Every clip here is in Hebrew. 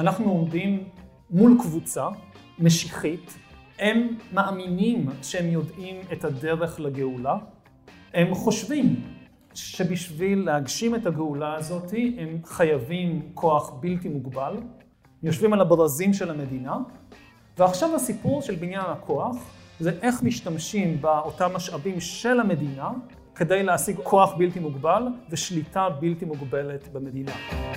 אנחנו עומדים מול קבוצה משיחית, הם מאמינים שהם יודעים את הדרך לגאולה, הם חושבים שבשביל להגשים את הגאולה הזאת הם חייבים כוח בלתי מוגבל, יושבים על הברזים של המדינה, ועכשיו הסיפור של בניין הכוח זה איך משתמשים באותם משאבים של המדינה כדי להשיג כוח בלתי מוגבל ושליטה בלתי מוגבלת במדינה.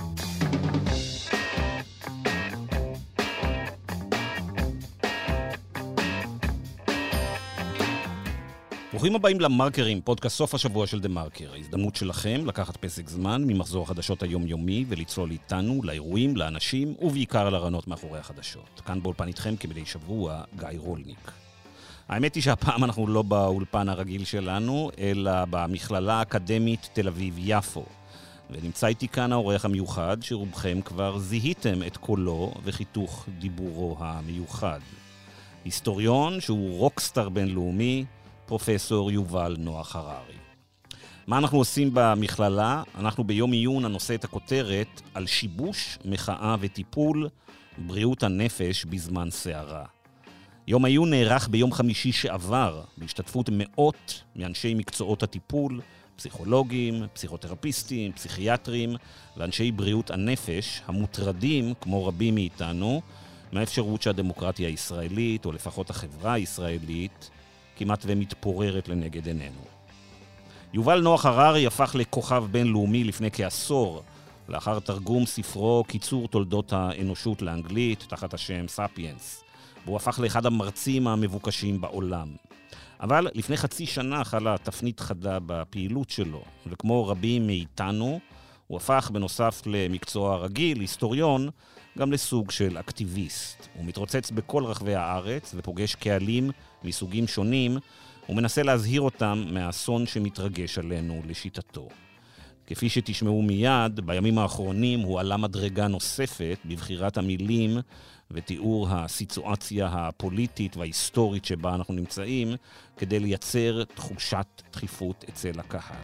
ברוכים הבאים למרקרים, פודקאסט סוף השבוע של דה מרקר. ההזדמנות שלכם לקחת פסק זמן ממחזור החדשות היומיומי ולצלול איתנו לאירועים, לאנשים ובעיקר לרעיונות מאחורי החדשות. כאן באולפן איתכם כמדי שבוע גיא רולניק. האמת היא שהפעם אנחנו לא באולפן הרגיל שלנו, אלא במכללה האקדמית תל אביב-יפו. ונמצא איתי כאן האורח המיוחד שרובכם כבר זיהיתם את קולו וחיתוך דיבורו המיוחד. היסטוריון שהוא רוקסטאר בינלאומי, פרופסור יובל נוח הררי. מה אנחנו עושים במכללה? אנחנו ביום עיון הנושא את הכותרת על שיבוש, מחאה וטיפול, בריאות הנפש בזמן סערה. יום העיון נערך ביום חמישי שעבר, בהשתתפות מאות מאנשי מקצועות הטיפול, פסיכולוגים, פסיכותרפיסטים, פסיכיאטרים ואנשי בריאות הנפש, המוטרדים, כמו רבים מאיתנו, מהאפשרות שהדמוקרטיה הישראלית, או לפחות החברה הישראלית, כמעט ומתפוררת לנגד עינינו. יובל נוח הררי הפך לכוכב בינלאומי לפני כעשור, לאחר תרגום ספרו קיצור תולדות האנושות לאנגלית, תחת השם ספיאנס. והוא הפך לאחד המרצים המבוקשים בעולם. אבל לפני חצי שנה חלה תפנית חדה בפעילות שלו, וכמו רבים מאיתנו, הוא הפך בנוסף למקצוע רגיל, היסטוריון, גם לסוג של אקטיביסט. הוא מתרוצץ בכל רחבי הארץ ופוגש קהלים מסוגים שונים, ומנסה להזהיר אותם מהאסון שמתרגש עלינו לשיטתו. כפי שתשמעו מיד, בימים האחרונים הוא עלה מדרגה נוספת בבחירת המילים ותיאור הסיטואציה הפוליטית וההיסטורית שבה אנחנו נמצאים, כדי לייצר תחושת דחיפות אצל הקהל.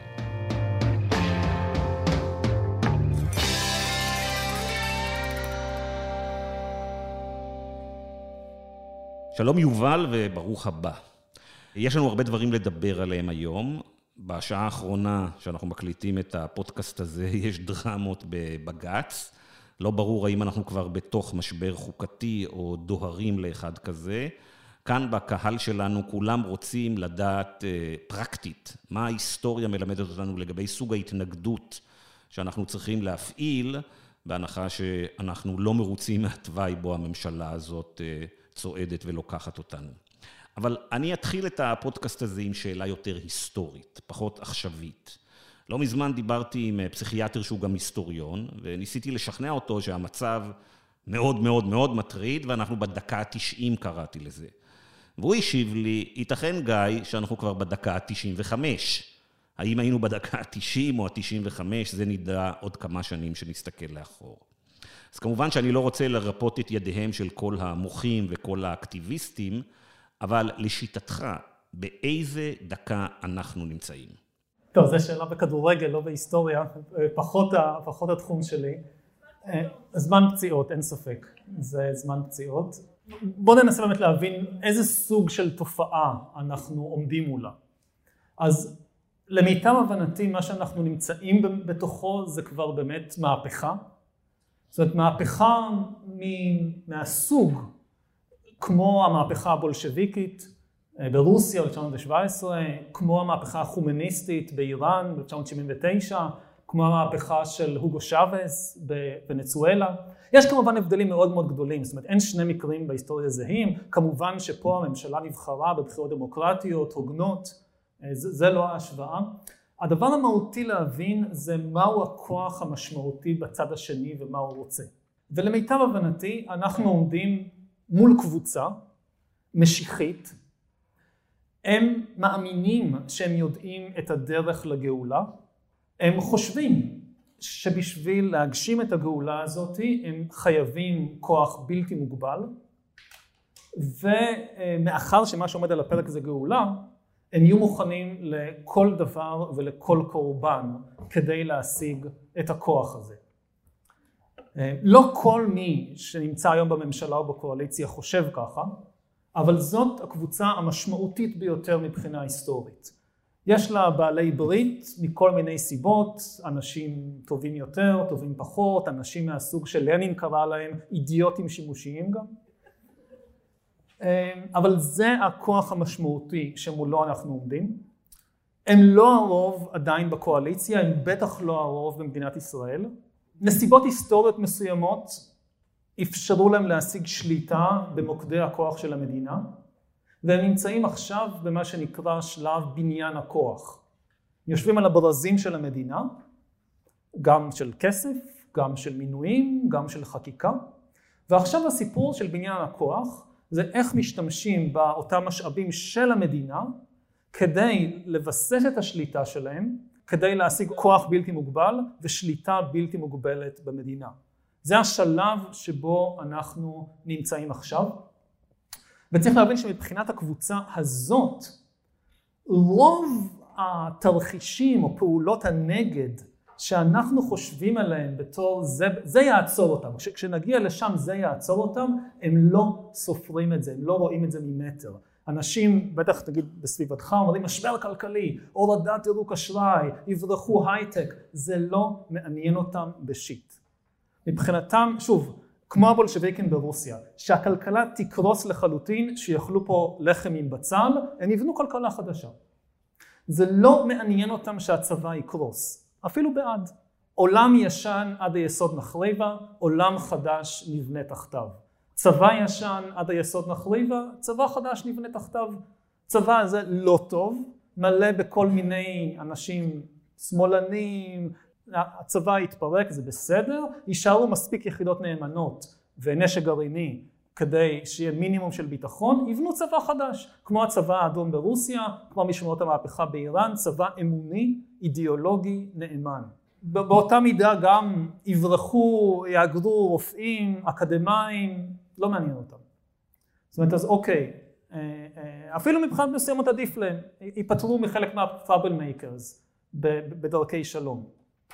שלום יובל וברוך הבא. יש לנו הרבה דברים לדבר עליהם היום. בשעה האחרונה שאנחנו מקליטים את הפודקאסט הזה יש דרמות בבג"ץ. לא ברור האם אנחנו כבר בתוך משבר חוקתי או דוהרים לאחד כזה. כאן בקהל שלנו כולם רוצים לדעת פרקטית מה ההיסטוריה מלמדת אותנו לגבי סוג ההתנגדות שאנחנו צריכים להפעיל, בהנחה שאנחנו לא מרוצים מהתוואי בו הממשלה הזאת צועדת ולוקחת אותנו. אבל אני אתחיל את הפודקאסט הזה עם שאלה יותר היסטורית, פחות עכשווית. לא מזמן דיברתי עם פסיכיאטר שהוא גם היסטוריון, וניסיתי לשכנע אותו שהמצב מאוד מאוד מאוד מטריד, ואנחנו בדקה ה-90 קראתי לזה. והוא השיב לי, ייתכן גיא שאנחנו כבר בדקה ה-95. האם היינו בדקה ה-90 או ה-95, זה נדע עוד כמה שנים שנסתכל לאחור. אז כמובן שאני לא רוצה לרפות את ידיהם של כל המוחים וכל האקטיביסטים, אבל לשיטתך, באיזה דקה אנחנו נמצאים? טוב, זו שאלה בכדורגל, לא בהיסטוריה, פחות התחום שלי. זמן פציעות, אין ספק, זה זמן פציעות. בואו ננסה באמת להבין איזה סוג של תופעה אנחנו עומדים מולה. אז למיטב הבנתי, מה שאנחנו נמצאים בתוכו זה כבר באמת מהפכה. זאת אומרת, מהפכה מהסוג, כמו המהפכה הבולשביקית ברוסיה ב-1917, כמו המהפכה החומניסטית באיראן ב-1979, כמו המהפכה של הוגו שאבס בוונצואלה. יש כמובן הבדלים מאוד מאוד גדולים, זאת אומרת, אין שני מקרים בהיסטוריה זהים. כמובן שפה הממשלה נבחרה בבחירות דמוקרטיות, הוגנות, זה לא ההשוואה. הדבר המהותי להבין זה מהו הכוח המשמעותי בצד השני ומה הוא רוצה. ולמיטב הבנתי, אנחנו עומדים מול קבוצה משיחית, הם מאמינים שהם יודעים את הדרך לגאולה, הם חושבים שבשביל להגשים את הגאולה הזאת הם חייבים כוח בלתי מוגבל, ומאחר שמה שעומד על הפרק זה גאולה, הם יהיו מוכנים לכל דבר ולכל קורבן כדי להשיג את הכוח הזה. לא כל מי שנמצא היום בממשלה או בקואליציה חושב ככה, אבל זאת הקבוצה המשמעותית ביותר מבחינה היסטורית. יש לה בעלי ברית מכל מיני סיבות, אנשים טובים יותר, טובים פחות, אנשים מהסוג של לנין קרא להם אידיוטים שימושיים גם. אבל זה הכוח המשמעותי שמולו אנחנו עומדים. הם לא הרוב עדיין בקואליציה, הם בטח לא הרוב במדינת ישראל. נסיבות היסטוריות מסוימות אפשרו להם להשיג שליטה במוקדי הכוח של המדינה, והם נמצאים עכשיו במה שנקרא שלב בניין הכוח. יושבים על הברזים של המדינה, גם של כסף, גם של מינויים, גם של חקיקה, ועכשיו הסיפור של בניין הכוח זה איך משתמשים באותם משאבים של המדינה כדי לבסס את השליטה שלהם, כדי להשיג כוח בלתי מוגבל ושליטה בלתי מוגבלת במדינה. זה השלב שבו אנחנו נמצאים עכשיו. וצריך להבין שמבחינת הקבוצה הזאת, רוב התרחישים או פעולות הנגד שאנחנו חושבים עליהם בתור זה יעצור אותם. כשנגיע לשם זה יעצור אותם, הם לא סופרים את זה, הם לא רואים את זה ממטר. אנשים, בטח נגיד בסביבתך, אומרים משבר כלכלי, הורדת דירוג אשראי, יברחו הייטק, זה לא מעניין אותם בשיט. מבחינתם, שוב, כמו הבולשביקים ברוסיה, שהכלכלה תקרוס לחלוטין, שיאכלו פה לחם עם בצל, הם יבנו כלכלה חדשה. זה לא מעניין אותם שהצבא יקרוס, אפילו בעד. עולם ישן עד היסוד נחריבה, עולם חדש נבנה תחתיו. צבא ישן עד היסוד נחריבה, צבא חדש נבנה תחתיו. צבא הזה לא טוב, מלא בכל מיני אנשים שמאלנים, הצבא יתפרק, זה בסדר, יישארו מספיק יחידות נאמנות ונשק גרעיני כדי שיהיה מינימום של ביטחון, יבנו צבא חדש, כמו הצבא האדום ברוסיה, כמו משמרות המהפכה באיראן, צבא אמוני, אידיאולוגי, נאמן. באותה מידה גם יברחו, יאגרו רופאים, אקדמיים, לא מעניין אותם. זאת אומרת, אז אוקיי, אפילו מבחינת מסוימות עדיף להם, ייפטרו מחלק מהטראבל מייקרס בדרכי שלום.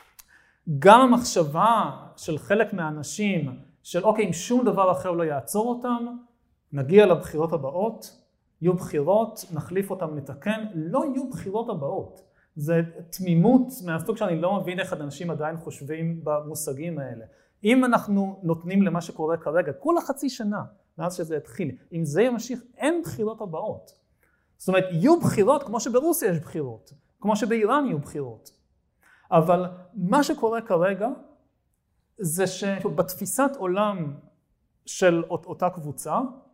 גם המחשבה של חלק מהאנשים, של אוקיי, אם שום דבר אחר לא יעצור אותם, נגיע לבחירות הבאות, יהיו בחירות, נחליף אותם, נתקן, לא יהיו בחירות הבאות. זה תמימות מהסוג שאני לא מבין איך אנשים עדיין חושבים במושגים האלה. אם אנחנו נותנים למה שקורה כרגע, כל החצי שנה, מאז שזה התחיל, אם זה ימשיך, אין בחירות הבאות. זאת אומרת, יהיו בחירות כמו שברוסיה יש בחירות, כמו שבאיראן יהיו בחירות. אבל מה שקורה כרגע, זה שבתפיסת עולם של אותה קבוצה,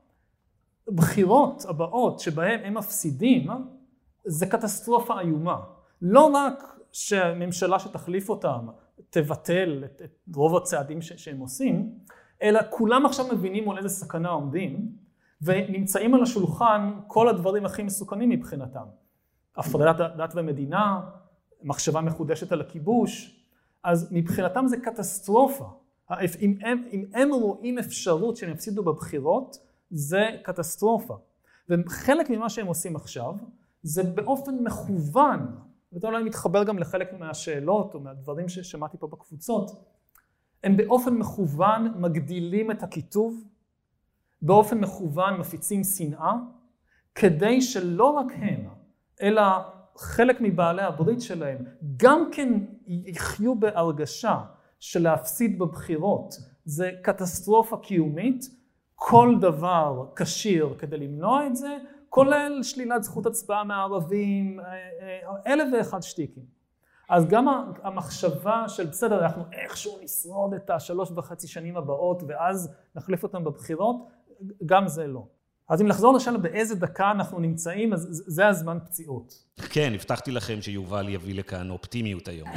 בחירות הבאות שבהן הם מפסידים, זה קטסטרופה איומה. לא רק שהממשלה שתחליף אותם תבטל את רוב הצעדים שהם עושים, אלא כולם עכשיו מבינים מול איזה סכנה עומדים, ונמצאים על השולחן כל הדברים הכי מסוכנים מבחינתם. הפרדת דת ומדינה, מחשבה מחודשת על הכיבוש, אז מבחינתם זה קטסטרופה. אם הם רואים אפשרות שהם יפסידו בבחירות, זה קטסטרופה. וחלק ממה שהם עושים עכשיו, זה באופן מכוון, ואתה אולי מתחבר גם לחלק מהשאלות או מהדברים ששמעתי פה בקבוצות, הם באופן מכוון מגדילים את הקיטוב, באופן מכוון מפיצים שנאה, כדי שלא רק הם, אלא חלק מבעלי הברית שלהם, גם כן יחיו בהרגשה של להפסיד בבחירות, זה קטסטרופה קיומית, כל דבר קשיר כדי למנוע את זה, כולל שלילת זכות הצבעה מהערבים, 1,001 שטיקים. אז גם המחשבה של בסדר, אנחנו איכשהו נשרוד את 3.5 שנים הבאות, ואז נחליף אותם בבחירות, גם זה לא. אז אם לחזור לשאלה באיזה דקה אנחנו נמצאים, אז זה הזמן פציעות. כן, הבטחתי לכם שיובל יביא לכאן אופטימיות היום.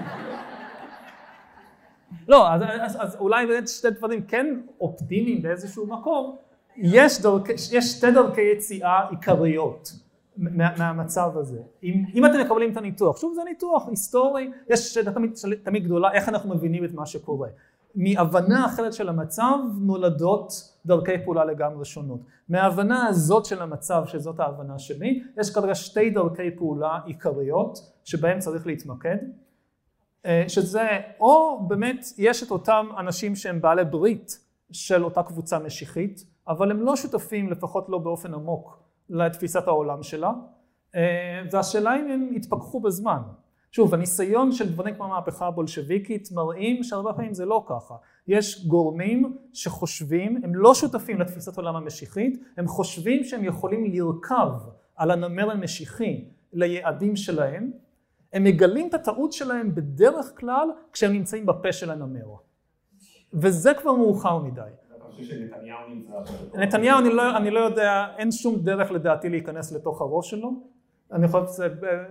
לא, אז אולי באמת שתי דברים כן אופטימיים באיזשהו מקום, יש שתי דרכי יציאה עיקריות מהמצב הזה. אם אתם מקבלים את הניתוח, שוב זה ניתוח היסטורי, יש שאלה תמיד גדולה, איך אנחנו מבינים את מה שקורה. מהבנה אחרת של המצב נולדות דרכי פעולה לגמרי שונות. מההבנה הזאת של המצב, שזאת ההבנה שלי, יש כרגע שתי דרכי פעולה עיקריות שבהן צריך להתמקד. שזה, או באמת יש את אותם אנשים שהם בעלי ברית של אותה קבוצה משיחית, אבל הם לא שותפים, לפחות לא באופן עמוק, לתפיסת העולם שלה, והשאלה אם הם יתפכחו בזמן. שוב, הניסיון של דברים כמו המהפכה הבולשביקית מראים שהרבה פעמים זה לא ככה. יש גורמים שחושבים, הם לא שותפים לתפיסת העולם המשיחית, הם חושבים שהם יכולים לרכב על הנמר המשיחי ליעדים שלהם, הם מגלים את הטעות שלהם בדרך כלל כשהם נמצאים בפה של הנמר. וזה כבר מאוחר מדי. אתה חושב שנתניהו נמצא... נתניהו, אני לא יודע, אין שום דרך לדעתי להיכנס לתוך הראש שלו. אני חושב שזה...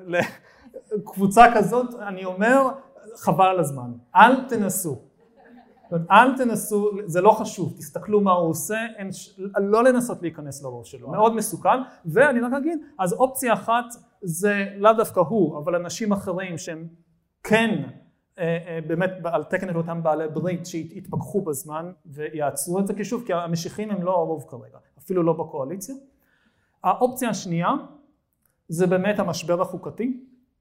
קבוצה כזאת, אני אומר, חבל על הזמן. אל תנסו. אל תנסו, זה לא חשוב, תסתכלו מה הוא עושה, לא לנסות להיכנס לראש שלו, מאוד מסוכן. ואני רק אגיד, אז אופציה אחת זה לאו דווקא הוא, אבל אנשים אחרים שהם כן, באמת על תקן אותם בעלי ברית שהתפכחו בזמן ויעצרו את זה, כי שוב, כי המשיחים הם לא הרוב כרגע, אפילו לא בקואליציה. האופציה השנייה זה באמת המשבר החוקתי,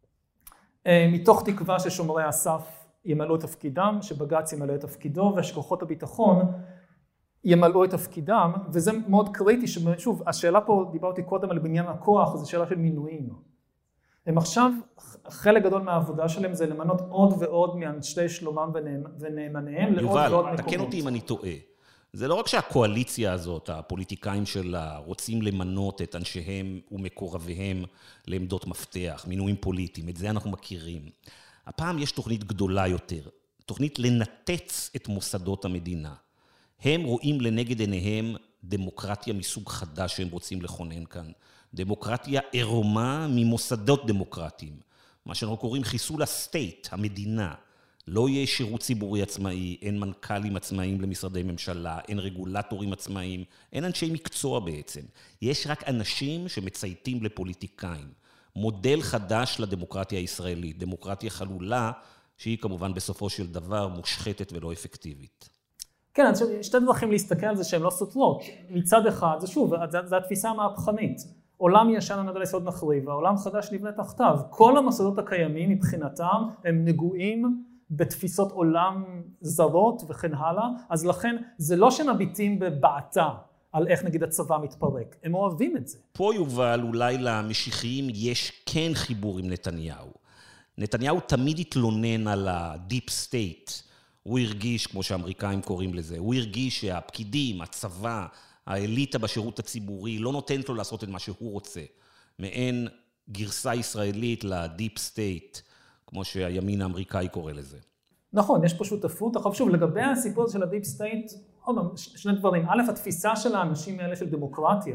מתוך תקווה ששומרי הסף ימלאו את תפקידם, שבג"ץ ימלא את תפקידו ושכוחות הביטחון ימלאו את תפקידם, וזה מאוד קריטי, שוב, השאלה פה, דיברתי קודם על בניין הכוח, זו שאלה של מינויים. הם עכשיו, חלק גדול מהעבודה שלהם זה למנות עוד ועוד מאנשי שלומם ונאמניהם לעוד ועוד מקומות. יובל, תקן אותי אם אני טועה. זה לא רק שהקואליציה הזאת, הפוליטיקאים שלה, רוצים למנות את אנשיהם ומקורביהם לעמדות מפתח, מינויים פוליטיים, את זה אנחנו מכירים. הפעם יש תוכנית גדולה יותר, תוכנית לנתץ את מוסדות המדינה. הם רואים לנגד עיניהם דמוקרטיה מסוג חדש שהם רוצים לכונן כאן. דמוקרטיה עירומה ממוסדות דמוקרטיים. מה שאנחנו קוראים חיסול הסטייט, המדינה. לא יהיה שירות ציבורי עצמאי, אין מנכ"לים עצמאיים למשרדי ממשלה, אין רגולטורים עצמאיים, אין אנשי מקצוע בעצם. יש רק אנשים שמצייתים לפוליטיקאים. מודל חדש לדמוקרטיה הישראלית, דמוקרטיה חלולה, שהיא כמובן בסופו של דבר מושחתת ולא אפקטיבית. כן, אני חושב, שתי דרכים להסתכל על זה שהן לא סותרות. מצד אחד, זה שוב, זה התפיסה המהפכנית. עולם ישן הנדע ליסוד נחריב, העולם חדש נבנה תחתיו. כל המוסדות הקיימים מבחינתם הם נגועים בתפיסות עולם זרות וכן הלאה, אז לכן זה לא שמביטים בבעתה על איך נגיד הצבא מתפרק, הם אוהבים את זה. פה יובל, אולי למשיחיים יש כן חיבור עם נתניהו. נתניהו תמיד התלונן על הדיפ סטייט, הוא הרגיש, כמו שהאמריקאים קוראים לזה, הוא הרגיש שהפקידים, הצבא, האליטה בשירות הציבורי לא נותנת לו לעשות את מה שהוא רוצה. מעין גרסה ישראלית לדיפ סטייט, כמו שהימין האמריקאי קורא לזה. נכון, יש פה שותפות. עכשיו שוב, לגבי הסיפור של הדיפ סטייט, שני דברים. א', התפיסה של האנשים האלה של דמוקרטיה,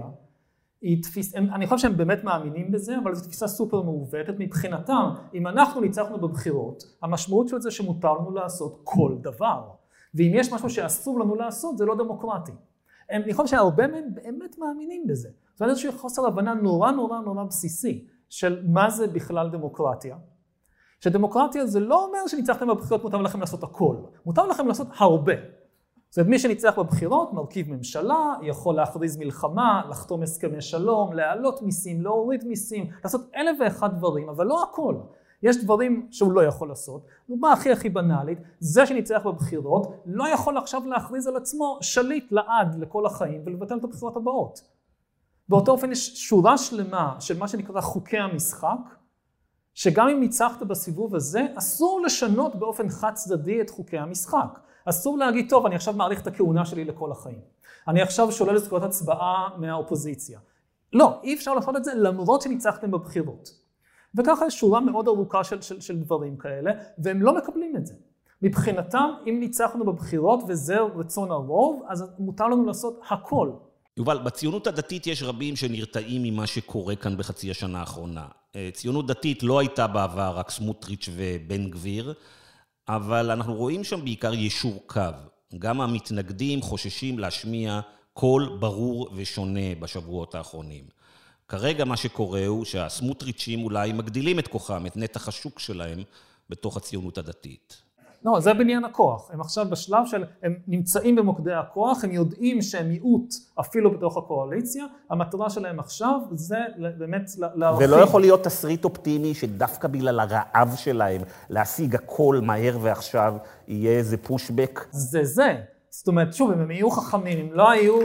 אני חושב שהם באמת מאמינים בזה, אבל זו תפיסה סופר מעוותת מבחינתם. אם אנחנו ניצחנו בבחירות, המשמעות של זה שמותר לנו לעשות כל דבר. ואם יש משהו שאסור לנו לעשות, זה לא דמוקרטי. אני חושב שהרבה מהם באמת מאמינים בזה. זאת אומרת שיש חוסר הבנה נורא נורא נורא בסיסי של מה זה בכלל דמוקרטיה. שדמוקרטיה זה לא אומר שניצחתם בבחירות מותר לכם לעשות הכל. מותר לכם לעשות הרבה. זאת אומרת, מי שניצח בבחירות מרכיב ממשלה, יכול להכריז מלחמה, לחתום הסכמי שלום, להעלות מיסים, להוריד מיסים, לעשות 1,001 דברים, אבל לא הכל. יש דברים שהוא לא יכול לעשות. דוגמה הכי בנאלית, זה שניצח בבחירות לא יכול עכשיו להכריז על עצמו שליט לעד לכל החיים ולבטל את הבחירות הבאות. באותו אופן יש שורה שלמה של מה שנקרא חוקי המשחק, שגם אם ניצחת בסיבוב הזה, אסור לשנות באופן חד צדדי את חוקי המשחק. אסור להגיד, טוב, אני עכשיו מעריך את הכהונה שלי לכל החיים. אני עכשיו שולל זכויות הצבעה מהאופוזיציה. לא, אי אפשר לעשות את זה למרות שניצחתם בבחירות. וככה יש שורה מאוד ארוכה של דברים כאלה, והם לא מקבלים את זה. מבחינתם, אם ניצחנו בבחירות וזה רצון הרוב, אז מותר לנו לעשות הכל. יובל, בציונות הדתית יש רבים שנרתעים ממה שקורה כאן בחצי השנה האחרונה. ציונות דתית לא הייתה בעבר רק סמוטריץ' ובן גביר, אבל אנחנו רואים שם בעיקר יישור קו. גם המתנגדים חוששים להשמיע קול ברור ושונה בשבועות האחרונים. כרגע מה שקורה הוא שהסמוטריצ'ים אולי מגדילים את כוחם, את נתח השוק שלהם בתוך הציונות הדתית. לא, זה בניין הכוח. הם עכשיו בשלב של, הם נמצאים במוקדי הכוח, הם יודעים שהם מיעוט אפילו בתוך הקואליציה, המטרה שלהם עכשיו זה באמת להרחיב. ולא יכול להיות תסריט אופטימי שדווקא בגלל הרעב שלהם להשיג הכל מהר ועכשיו יהיה איזה פושבק? זה. זאת אומרת, שוב, אם הם יהיו חכמים, אם לא היו...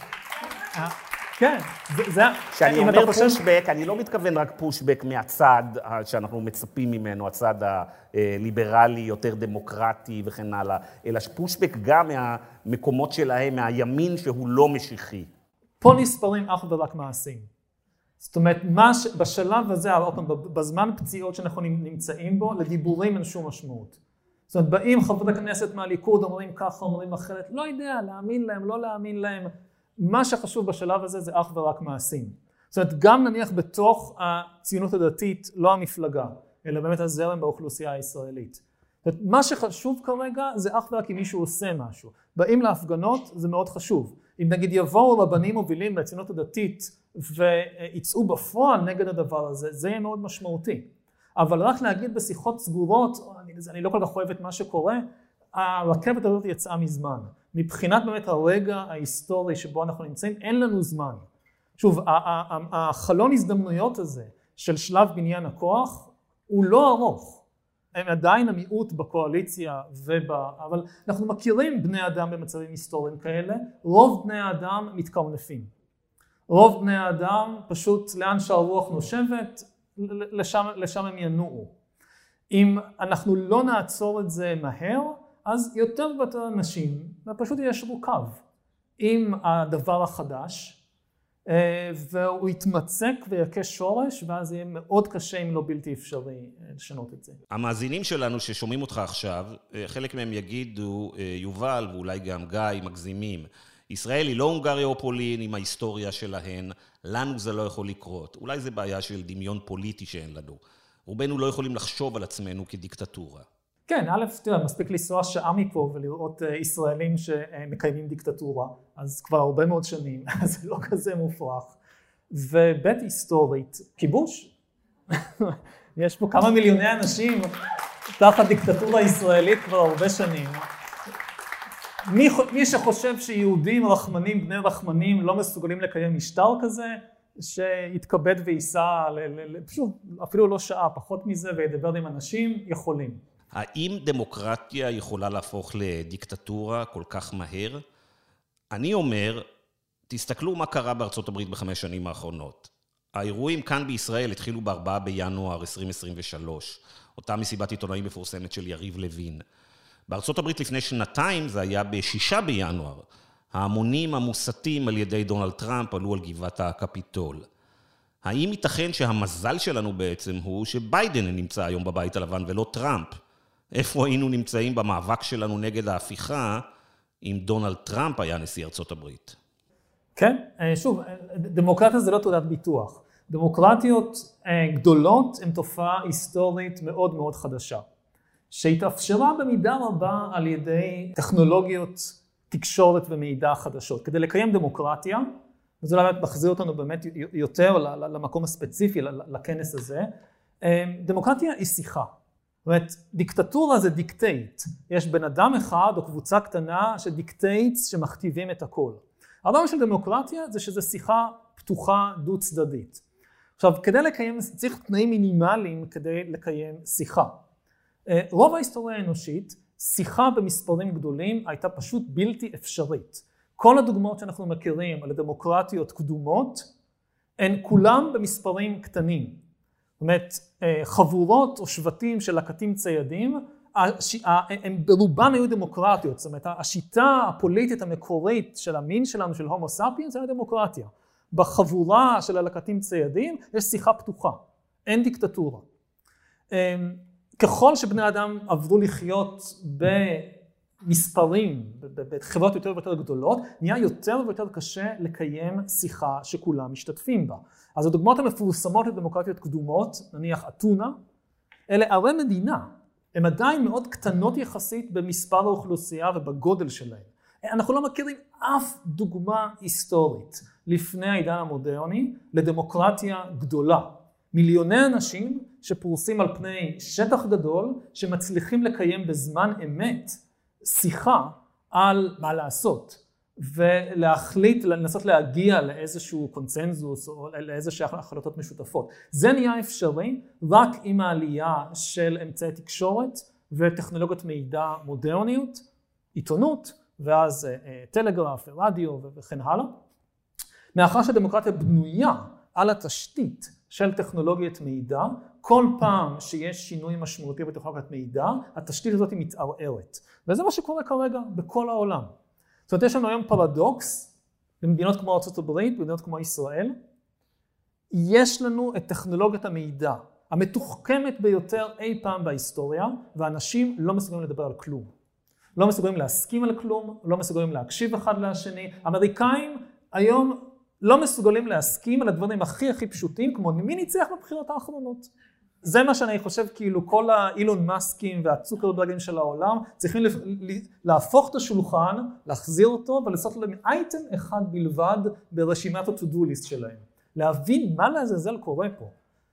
כן, זה... כשאני אומר פושבק, אני לא מתכוון רק פושבק מהצד שאנחנו מצפים ממנו, הצד הליברלי, יותר דמוקרטי וכן הלאה, אלא פושבק גם מהמקומות שלהם, מהימין שהוא לא משיחי. פה נספרים אך ורק מעשים. זאת אומרת, בשלב הזה, בזמן פציעות שאנחנו נמצאים בו, לדיבורים אין שום משמעות. זאת אומרת, באים חברי הכנסת מהליכוד, אומרים ככה, אומרים אחרת, לא יודע, להאמין להם, לא להאמין להם. מה שחשוב בשלב הזה זה אך ורק מעשים. זאת אומרת, גם נניח בתוך הציונות הדתית, לא המפלגה, אלא באמת הזרם באוכלוסייה הישראלית. זאת אומרת, מה שחשוב כרגע זה אך ורק אם מישהו עושה משהו. באים להפגנות, זה מאוד חשוב. אם נגיד יבואו רבנים מובילים בציונות הדתית ויצאו בפועל נגד הדבר הזה, זה יהיה מאוד משמעותי. אבל רק להגיד בשיחות סגורות, אני לא כל כך אוהב את מה שקורה, הרכבת הזאת יצאה מזמן. מבחינת באמת הרגע ההיסטורי שבו אנחנו נמצאים, אין לנו זמן. שוב, החלון הזדמנויות הזה של שלב בניין הכוח הוא לא ארוך. הם עדיין המיעוט בקואליציה אבל אנחנו מכירים בני אדם במצבים היסטוריים כאלה, רוב בני האדם מתקרנפים. רוב בני האדם פשוט לאן שהרוח נושבת, לשם הם ינועו. אם אנחנו לא נעצור את זה מהר, אז יותר ויותר אנשים פשוט ישרו קו עם הדבר החדש, והוא יתמצק ויקה שורש, ואז יהיה מאוד קשה אם לא בלתי אפשרי לשנות את זה. המאזינים שלנו ששומעים אותך עכשיו, חלק מהם יגידו, יובל ואולי גם גיא, מגזימים, ישראל היא לא הונגריה או פולין עם ההיסטוריה שלהן, לנו זה לא יכול לקרות. אולי זה בעיה של דמיון פוליטי שאין לנו. רובנו לא יכולים לחשוב על עצמנו כדיקטטורה. כן, א', תראה, מספיק לנסוע שעה מפה ולראות ישראלים שמקיימים דיקטטורה, אז כבר הרבה מאוד שנים, אז זה לא כזה מופרך. ובית היסטורית, כיבוש. יש פה כמה מיליוני אנשים תחת דיקטטורה ישראלית כבר הרבה שנים. מי שחושב שיהודים רחמנים, בני רחמנים, לא מסוגלים לקיים משטר כזה, שיתכבד וייסע, פשוט אפילו לא שעה, פחות מזה, וידבר עם אנשים, יכולים. האם דמוקרטיה יכולה להפוך לדיקטטורה כל כך מהר? אני אומר, תסתכלו מה קרה בארצות הברית ב5 שנים האחרונות. האירועים כאן בישראל התחילו ב4 בינואר 2023, אותה מסיבת עיתונאים מפורסמת של יריב לוין. בארצות הברית לפני שנתיים זה היה ב6 בינואר. ההמונים המוסתים על ידי דונלד טראמפ עלו על גבעת הקפיטול. האם ייתכן שהמזל שלנו בעצם הוא שביידן נמצא היום בבית הלבן ולא טראמפ? איפה היינו נמצאים במאבק שלנו נגד ההפיכה אם דונלד טראמפ היה נשיא ארצות הברית? כן, שוב, דמוקרטיה זה לא תעודת ביטוח. דמוקרטיות גדולות הן תופעה היסטורית מאוד מאוד חדשה, שהתאפשרה במידה רבה על ידי טכנולוגיות תקשורת ומידע חדשות. כדי לקיים דמוקרטיה, וזה באמת מחזיר אותנו באמת יותר למקום הספציפי, לכנס הזה, דמוקרטיה היא שיחה. זאת אומרת, דיקטטורה זה דיקטייט. יש בן אדם אחד או קבוצה קטנה שדיקטייטס שמכתיבים את הכל. הרעיון של דמוקרטיה זה שזה שיחה פתוחה דו צדדית. עכשיו, כדי לקיים, צריך תנאים מינימליים כדי לקיים שיחה. רוב ההיסטוריה האנושית, שיחה במספרים גדולים הייתה פשוט בלתי אפשרית. כל הדוגמאות שאנחנו מכירים על הדמוקרטיות קדומות, הן כולם במספרים קטנים. זאת אומרת, חבורות או שבטים של לקטים ציידים, הם ברובם היו דמוקרטיות. זאת אומרת, השיטה הפוליטית המקורית של המין שלנו, של הומו ספיאנס, זה דמוקרטיה. בחבורה של הלקטים ציידים, יש שיחה פתוחה. אין דיקטטורה. ככל שבני אדם עברו לחיות במספרים, בחברות יותר ויותר גדולות, נהיה יותר ויותר קשה לקיים שיחה שכולם משתתפים בה. אז הדוגמאות המפורסמות לדמוקרטיות קדומות, נניח אתונה, אלה ערי מדינה. הן עדיין מאוד קטנות יחסית במספר האוכלוסייה ובגודל שלהן. אנחנו לא מכירים אף דוגמה היסטורית לפני העידן המודרני לדמוקרטיה גדולה. מיליוני אנשים שפרוסים על פני שטח גדול, שמצליחים לקיים בזמן אמת שיחה על מה לעשות, ולהחליט, לנסות להגיע לאיזשהו קונצנזוס או לאיזשהו החלטות משותפות. זה נהיה אפשרי רק עם העלייה של אמצעי תקשורת וטכנולוגיות מידע מודרניות, עיתונות, ואז טלגרף ורדיו וכן הלאה. מאחר שהדמוקרטיה בנויה על התשתית של טכנולוגיית מידע, כל פעם שיש שינוי משמעותי בטכנולוגיית מידע, התשתית הזאת היא מתערערת. וזה מה שקורה כרגע בכל העולם. זאת אומרת, יש לנו היום פרדוקס, במדינות כמו ארצות הברית, במדינות כמו ישראל, יש לנו את טכנולוגיית המידע, המתוחכמת ביותר אי פעם בהיסטוריה, ואנשים לא מסוגלים לדבר על כלום. לא מסוגלים להסכים על כלום, לא מסוגלים להקשיב אחד לשני. אמריקאים היום לא מסוגלים להסכים על הדברים הכי פשוטים, כמו מי ניצח בבחירות האחרונות. זה מה שאני חושב, כאילו כל האילון מאסקים והצוקרברגים של העולם, צריכים להפוך את השולחן, להחזיר אותו, ולעשות להם אייטם אחד בלבד ברשימת ה-to-do list שלהם. להבין מה לעזאזל קורה פה.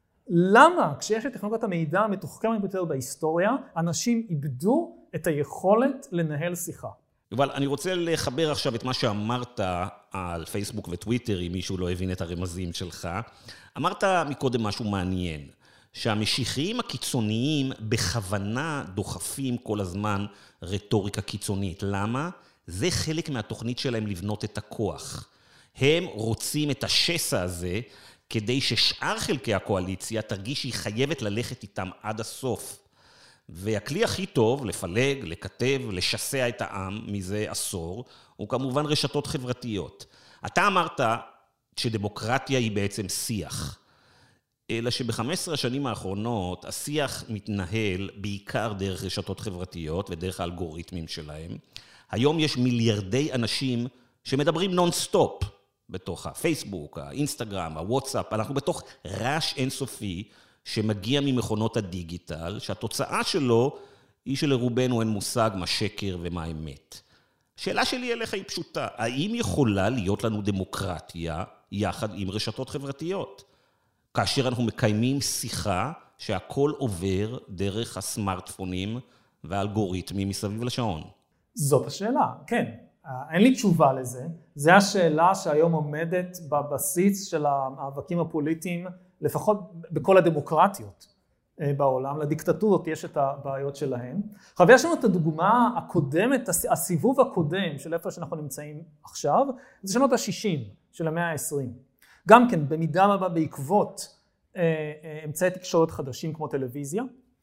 למה כשיש את טכנולוגיית המידע המתוחכמת ביותר בהיסטוריה, אנשים איבדו את היכולת לנהל שיחה? אבל אני רוצה לחבר עכשיו את מה שאמרת על פייסבוק וטוויטר, אם מישהו לא הבין את הרמזים שלך. אמרת מקודם משהו מעניין, שהמשיחיים הקיצוניים בכוונה דוחפים כל הזמן רטוריקה קיצונית. למה? זה חלק מהתוכנית שלהם לבנות את הכוח. הם רוצים את השסע הזה, כדי ששאר חלקי הקואליציה תרגיש שהיא חייבת ללכת איתם עד הסוף. והכלי הכי טוב לפלג, לכתב, לשסע את העם מזה עשור, הוא כמובן רשתות חברתיות. אתה אמרת שדמוקרטיה היא בעצם שיח, אלא שב-15 השנים האחרונות השיח מתנהל בעיקר דרך רשתות חברתיות ודרך האלגוריתמים שלהם. היום יש מיליארדי אנשים שמדברים נון-סטופ בתוך הפייסבוק, האינסטגרם, הוואטסאפ, אנחנו בתוך רעש אינסופי שמגיע ממכונות הדיגיטל, שהתוצאה שלו היא שלרובנו אין מושג מה שקר ומה אמת. השאלה שלי אליך היא פשוטה, האם יכולה להיות לנו דמוקרטיה יחד עם רשתות חברתיות? כאשר אנחנו מקיימים שיחה שהכל עובר דרך הסמארטפונים והאלגוריתמים מסביב לשעון. זאת השאלה, כן. אין לי תשובה לזה. זו השאלה שהיום עומדת בבסיס של המאבקים הפוליטיים, לפחות בכל הדמוקרטיות בעולם. לדיקטטורות יש את הבעיות שלהן. עכשיו, יש לנו את הדוגמה הקודמת, הסיבוב הקודם של איפה שאנחנו נמצאים עכשיו, זה שנות ה-60 של המאה ה-20. גם כן, במידה רבה בעקבות אמצעי תקשורת חדשים כמו טלוויזיה,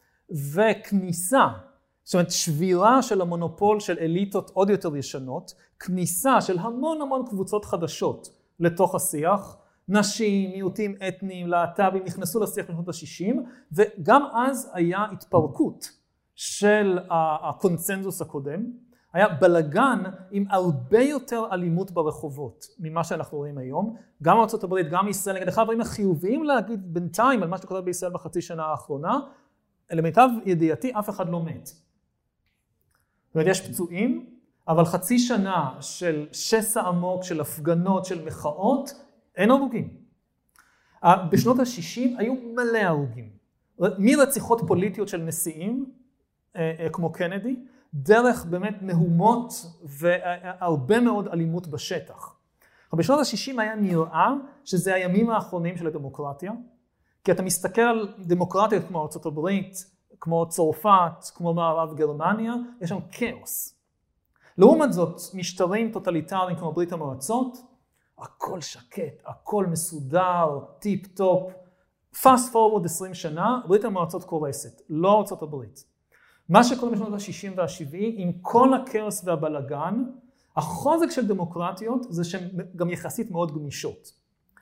וכניסה, זאת אומרת, שבירה של המונופול של אליטות עוד יותר ישנות, כניסה של המון קבוצות חדשות לתוך השיח, נשים, מיעוטים אתניים, להט"בים, נכנסו לשיח בשנות ה-60, וגם אז היה התפרקות של הקונצנזוס הקודם, היה בלגן עם הרבה יותר אלימות ברחובות ממה שאנחנו רואים היום, גם ארצות הברית, גם ישראל, נגד אחד הדברים החיוביים להגיד בינתיים על מה שקורה בישראל בחצי שנה האחרונה, למיטב ידיעתי אף אחד לא מת. זאת אומרת, יש פצועים, אבל חצי שנה של שסע עמוק, של הפגנות, של מחאות, אין הרוגים. בשנות ה-60 היו מלא הרוגים. מרציחות פוליטיות של נשיאים, כמו קנדי, דרך באמת מהומות והרבה מאוד אלימות בשטח. בשנות ה-60 היה נראה שזה הימים האחרונים של הדמוקרטיה, כי אתה מסתכל על דמוקרטיות כמו ארצות הברית, כמו צרפת, כמו מערב גרמניה, יש שם כאוס. לעומת זאת, משטרים טוטליטריים כמו ברית המועצות, הכל שקט, הכל מסודר, טיפ טופ. פאסט פורוורד 20 שנה, ברית המועצות קורסת, לא ארצות הברית. מה שקורה בשנות ה-60 וה-70, עם כל הכאוס והבלגן, החוזק של דמוקרטיות זה שהן גם יחסית מאוד גמישות.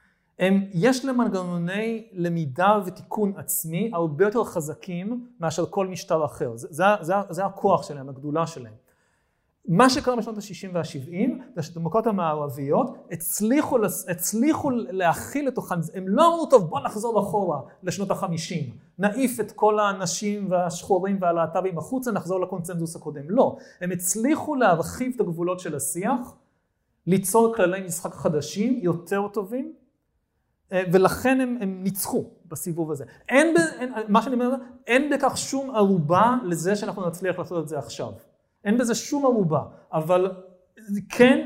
יש להם מנגנוני למידה ותיקון עצמי הרבה יותר חזקים מאשר כל משטר אחר. זה הכוח שלהם, הגדולה שלהם. מה שקרה בשנות ה-60 וה-70, זה שדמוקרטיות המערביות הצליחו להכיל לתוכן, הם לא אמרו טוב בוא נחזור אחורה לשנות ה-50, נעיף את כל האנשים והשחורים והלהט"בים החוצה, נחזור לקונצנזוס הקודם. לא, הם הצליחו להרחיב את הגבולות של השיח, ליצור כללי משחק חדשים יותר טובים, ולכן הם ניצחו בסיבוב הזה. מה שאני אומר, אין בכך שום ערובה לזה שאנחנו נצליח לעשות את זה עכשיו. אין בזה שום ערובה, אבל כן,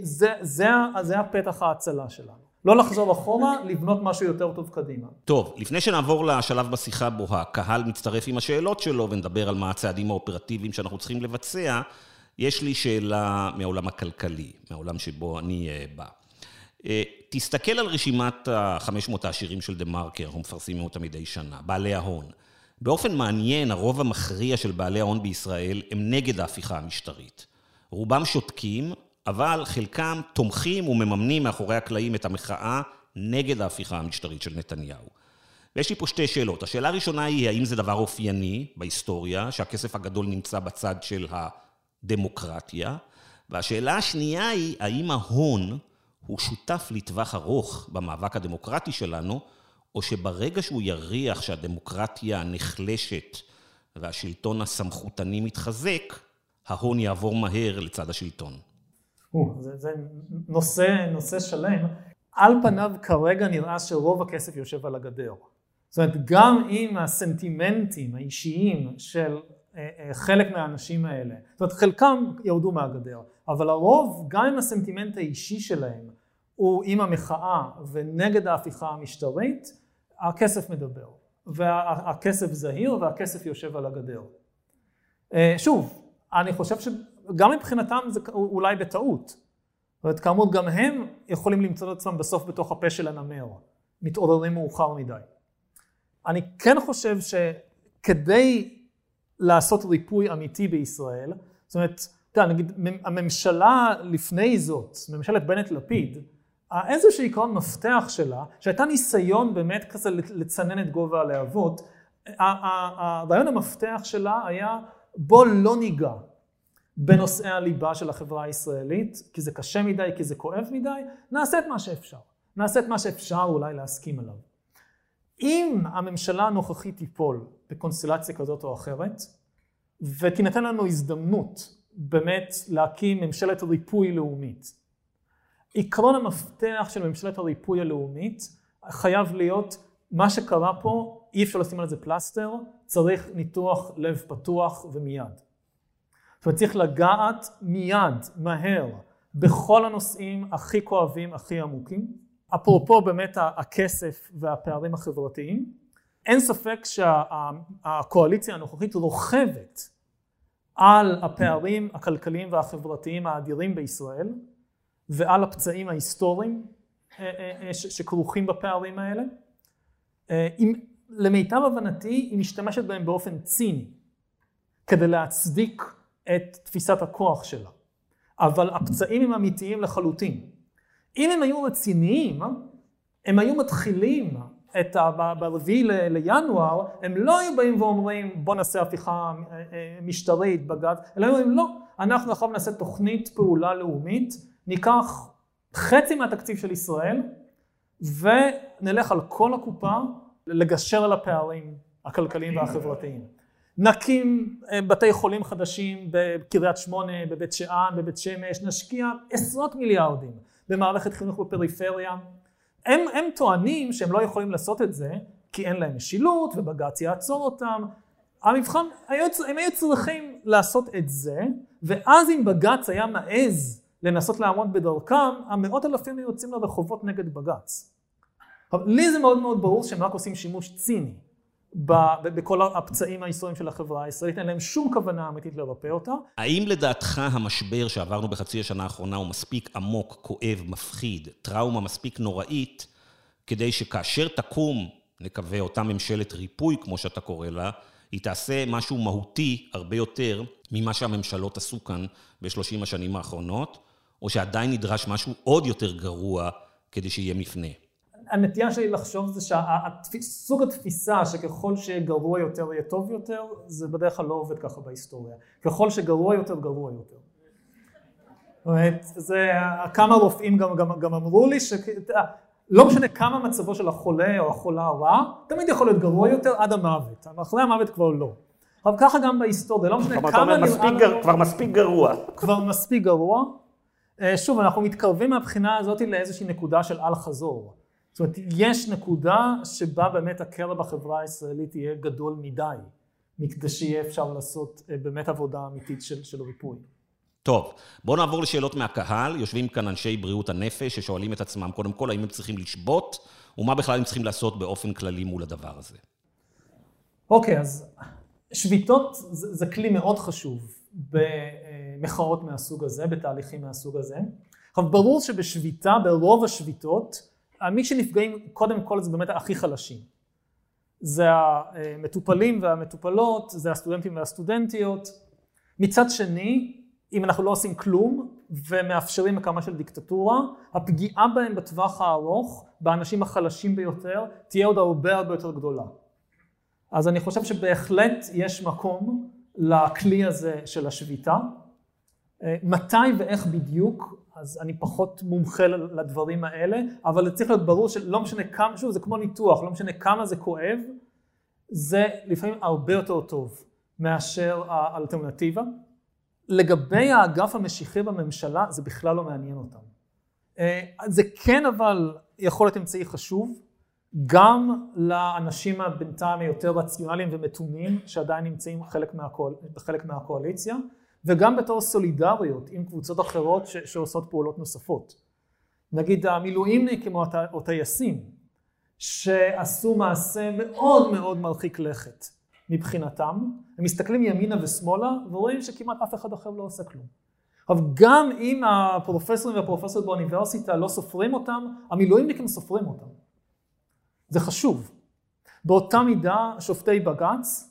זה הפתח ההצלה שלנו. לא לחזור אחורה, לבנות משהו יותר טוב קדימה. טוב, לפני שנעבור לשלב בשיחה בו הקהל מצטרף עם השאלות שלו, ונדבר על מה הצעדים האופרטיביים שאנחנו צריכים לבצע, יש לי שאלה מהעולם הכלכלי, מהעולם שבו אני בא. תסתכל על רשימת 500 העשירים של דה מרקר, אנחנו מפרסמים אותה מדי שנה, בעלי ההון. באופן מעניין, הרוב המכריע של בעלי ההון בישראל הם נגד ההפיכה המשטרית. רובם שותקים, אבל חלקם תומכים ומממנים מאחורי הקלעים את המחאה נגד ההפיכה המשטרית של נתניהו. ויש לי פה שתי שאלות. השאלה הראשונה היא, האם זה דבר אופייני בהיסטוריה, שהכסף הגדול נמצא בצד של הדמוקרטיה? והשאלה השנייה היא, האם ההון הוא שותף לטווח ארוך במאבק הדמוקרטי שלנו, או שברגע שהוא יריח שהדמוקרטיה נחלשת והשלטון הסמכותני מתחזק, ההון יעבור מהר לצד השלטון. זה נושא שלם. על פניו כרגע נראה שרוב הכסף יושב על הגדר. זאת אומרת, גם עם הסנטימנטים האישיים של חלק מהאנשים האלה, זאת אומרת, חלקם ירדו מהגדר, אבל הרוב, גם עם הסנטימנט האישי שלהם, הוא עם המחאה ונגד ההפיכה המשטרית, הכסף מדבר. והכסף זהיר והכסף יושב על הגדר. שוב, אני חושב שגם מבחינתם זה אולי בטעות. זאת אומרת, כאמור, גם הם יכולים למצוא את עצמם בסוף בתוך הפה של הנמר, מתעוררים מאוחר מדי. אני כן חושב שכדי לעשות ריפוי אמיתי בישראל, זאת אומרת, נגיד, הממשלה לפני זאת, ממשלת בנט-לפיד, איזשהו עיקרון מפתח שלה, שהייתה ניסיון באמת כזה לצנן את גובה הלהבות, הרעיון המפתח שלה היה, בוא לא ניגע בנושאי הליבה של החברה הישראלית, כי זה קשה מדי, כי זה כואב מדי, נעשה את מה שאפשר. נעשה את מה שאפשר אולי להסכים עליו. אם הממשלה הנוכחית תיפול בקונסטלציה כזאת או אחרת, ותינתן לנו הזדמנות באמת להקים ממשלת ריפוי לאומית, עקרון המפתח של ממשלת הריפוי הלאומית חייב להיות מה שקרה פה, אי אפשר לשים על זה פלסטר, צריך ניתוח לב פתוח ומיד. זאת אומרת, צריך לגעת מיד, מהר, בכל הנושאים הכי כואבים, הכי עמוקים. אפרופו באמת הכסף והפערים החברתיים, אין ספק שהקואליציה הנוכחית רוכבת על הפערים הכלכליים והחברתיים האדירים בישראל, ועל הפצעים ההיסטוריים שכרוכים בפערים האלה. למיטב הבנתי, היא משתמשת בהם באופן ציני, כדי להצדיק את תפיסת הכוח שלה. אבל הפצעים הם אמיתיים לחלוטין. אם הם היו רציניים, הם היו מתחילים ב-4 לינואר, הם לא היו באים ואומרים, בוא נעשה הפיכה משטרית בג"ץ, אלא אומרים, לא, אנחנו עכשיו נעשה תוכנית פעולה לאומית, ניקח חצי מהתקציב של ישראל, ונלך על כל הקופה לגשר על הפערים הכלכליים והחברתיים. נקים בתי חולים חדשים בקריית שמונה, בבית שאן, בבית שמש, נשקיע עשרות מיליארדים במערכת חינוך בפריפריה. הם טוענים שהם לא יכולים לעשות את זה, כי אין להם משילות ובג"ץ יעצור אותם. המבחן, הם היו צריכים לעשות את זה, ואז אם בג"ץ היה מעז לנסות לעמוד בדרכם, המאות אלפים היו יוצאים לרחובות נגד בג"ץ. לי זה מאוד מאוד ברור שהם רק עושים שימוש ציני בכל הפצעים ההיסטוריים של החברה הישראלית, אין להם שום כוונה אמיתית לרפא אותה. האם לדעתך המשבר שעברנו בחצי השנה האחרונה הוא מספיק עמוק, כואב, מפחיד, טראומה מספיק נוראית, כדי שכאשר תקום, נקווה, אותה ממשלת ריפוי, כמו שאתה קורא לה, היא תעשה משהו מהותי הרבה יותר ממה שהממשלות עשו כאן ב-30 השנים האחרונות, או שעדיין נדרש משהו עוד יותר גרוע כדי שיהיה מפנה? הנטייה שלי לחשוב זה שסוג התפיסה שככל שגרוע יותר יהיה טוב יותר, זה בדרך כלל לא עובד ככה בהיסטוריה. ככל שגרוע יותר, גרוע יותר. זאת אומרת, זה, כמה רופאים גם אמרו לי לא משנה כמה מצבו של החולה או החולה הרע, תמיד יכול להיות גרוע יותר עד המוות. אחרי המוות כבר לא. אבל ככה גם בהיסטוריה, לא משנה כמה נראה... כבר מספיק גרוע. כבר מספיק גרוע. שוב, אנחנו מתקרבים מהבחינה הזאת לאיזושהי נקודה של אל חזור. זאת אומרת, יש נקודה שבה באמת הקרע בחברה הישראלית יהיה גדול מדי, מכדי שיהיה אפשר לעשות באמת עבודה אמיתית של ריפוי. טוב, בואו נעבור לשאלות מהקהל. יושבים כאן אנשי בריאות הנפש ששואלים את עצמם, קודם כל, האם הם צריכים לשבות, ומה בכלל הם צריכים לעשות באופן כללי מול הדבר הזה. אוקיי, אז שביתות זה כלי מאוד חשוב במחאות מהסוג הזה, בתהליכים מהסוג הזה. אבל ברור שבשביתה, ברוב השביתות, מי שנפגעים קודם כל זה באמת הכי חלשים. זה המטופלים והמטופלות, זה הסטודנטים והסטודנטיות. מצד שני, אם אנחנו לא עושים כלום ומאפשרים הקמה של דיקטטורה, הפגיעה בהם בטווח הארוך, באנשים החלשים ביותר, תהיה עוד הרבה יותר גדולה. אז אני חושב שבהחלט יש מקום לכלי הזה של השביתה. מתי ואיך בדיוק, אז אני פחות מומחה לדברים האלה, אבל צריך להיות ברור שלא משנה כמה, שוב, זה כמו ניתוח, לא משנה כמה זה כואב, זה לפעמים הרבה יותר טוב מאשר האלטרנטיבה. לגבי האגף המשיחי בממשלה, זה בכלל לא מעניין אותם. זה כן אבל יכול להיות אמצעי חשוב, גם לאנשים הבינתיים היותר רציונליים ומתונים, שעדיין נמצאים חלק מהקואליציה, וגם בתור סולידריות עם קבוצות אחרות שעושות פעולות נוספות. נגיד המילואימניקים או טייסים, שעשו מעשה מאוד מאוד מרחיק לכת מבחינתם, הם מסתכלים ימינה ושמאלה ורואים שכמעט אף אחד אחר לא עושה כלום. אבל גם אם הפרופסורים והפרופסורים באוניברסיטה לא סופרים אותם, המילואימניקים סופרים אותם. זה חשוב. באותה מידה שופטי בג"ץ,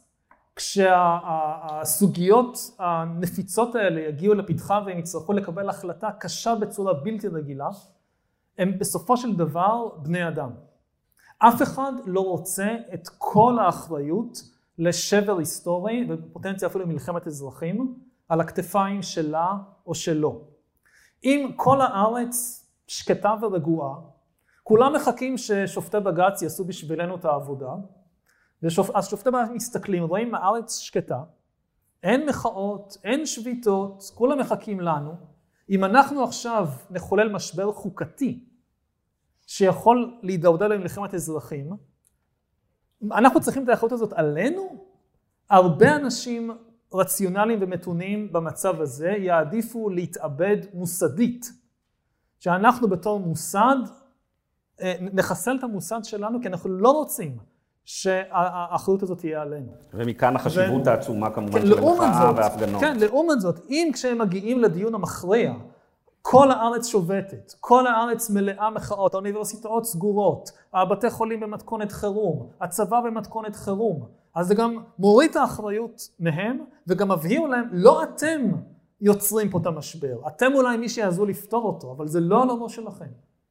כשהסוגיות הנפיצות האלה יגיעו לפתחה והם יצטרכו לקבל החלטה קשה בצורה בלתי רגילה, הם בסופו של דבר בני אדם. אף אחד לא רוצה את כל האחריות לשבר היסטורי, ובפוטנציה אפילו מלחמת אזרחים, על הכתפיים שלה או שלו. אם כל הארץ שקטה ורגועה, כולם מחכים ששופטי בג"ץ יעשו בשבילנו את העבודה, אז שופטי בג"ץ מסתכלים, רואים הארץ שקטה, אין מחאות, אין שביתות, כולם מחכים לנו. אם אנחנו עכשיו נחולל משבר חוקתי, שיכול להידרדר למלחמת אזרחים, אנחנו צריכים את האחריות הזאת עלינו? הרבה אנשים רציונליים ומתונים במצב הזה יעדיפו להתאבד מוסדית. שאנחנו בתור מוסד נחסל את המוסד שלנו, כי אנחנו לא רוצים שהאחריות הזאת תהיה עלינו. ומכאן החשיבות העצומה כמובן של המחאה וההפגנות. כן, לעומת זאת, אם כשהם מגיעים לדיון המכריע, כל הארץ שובתת, כל הארץ מלאה מחאות, האוניברסיטאות סגורות, הבתי חולים במתכונת חירום, הצבא במתכונת חירום, אז זה גם מוריד את האחריות מהם, וגם מבהיר להם, לא אתם יוצרים פה את המשבר, אתם אולי מי שיעזרו לפתור אותו, אבל זה לא על הראש שלכם.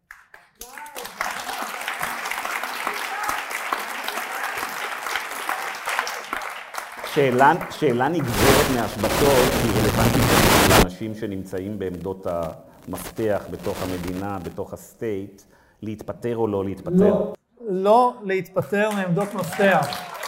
שאלה נגזרת מהשבתות, היא רלוונטית לאנשים שנמצאים בעמדות המפתח בתוך המדינה, בתוך הסטייט, להתפטר או לא להתפטר? לא להתפטר מעמדות מפתח.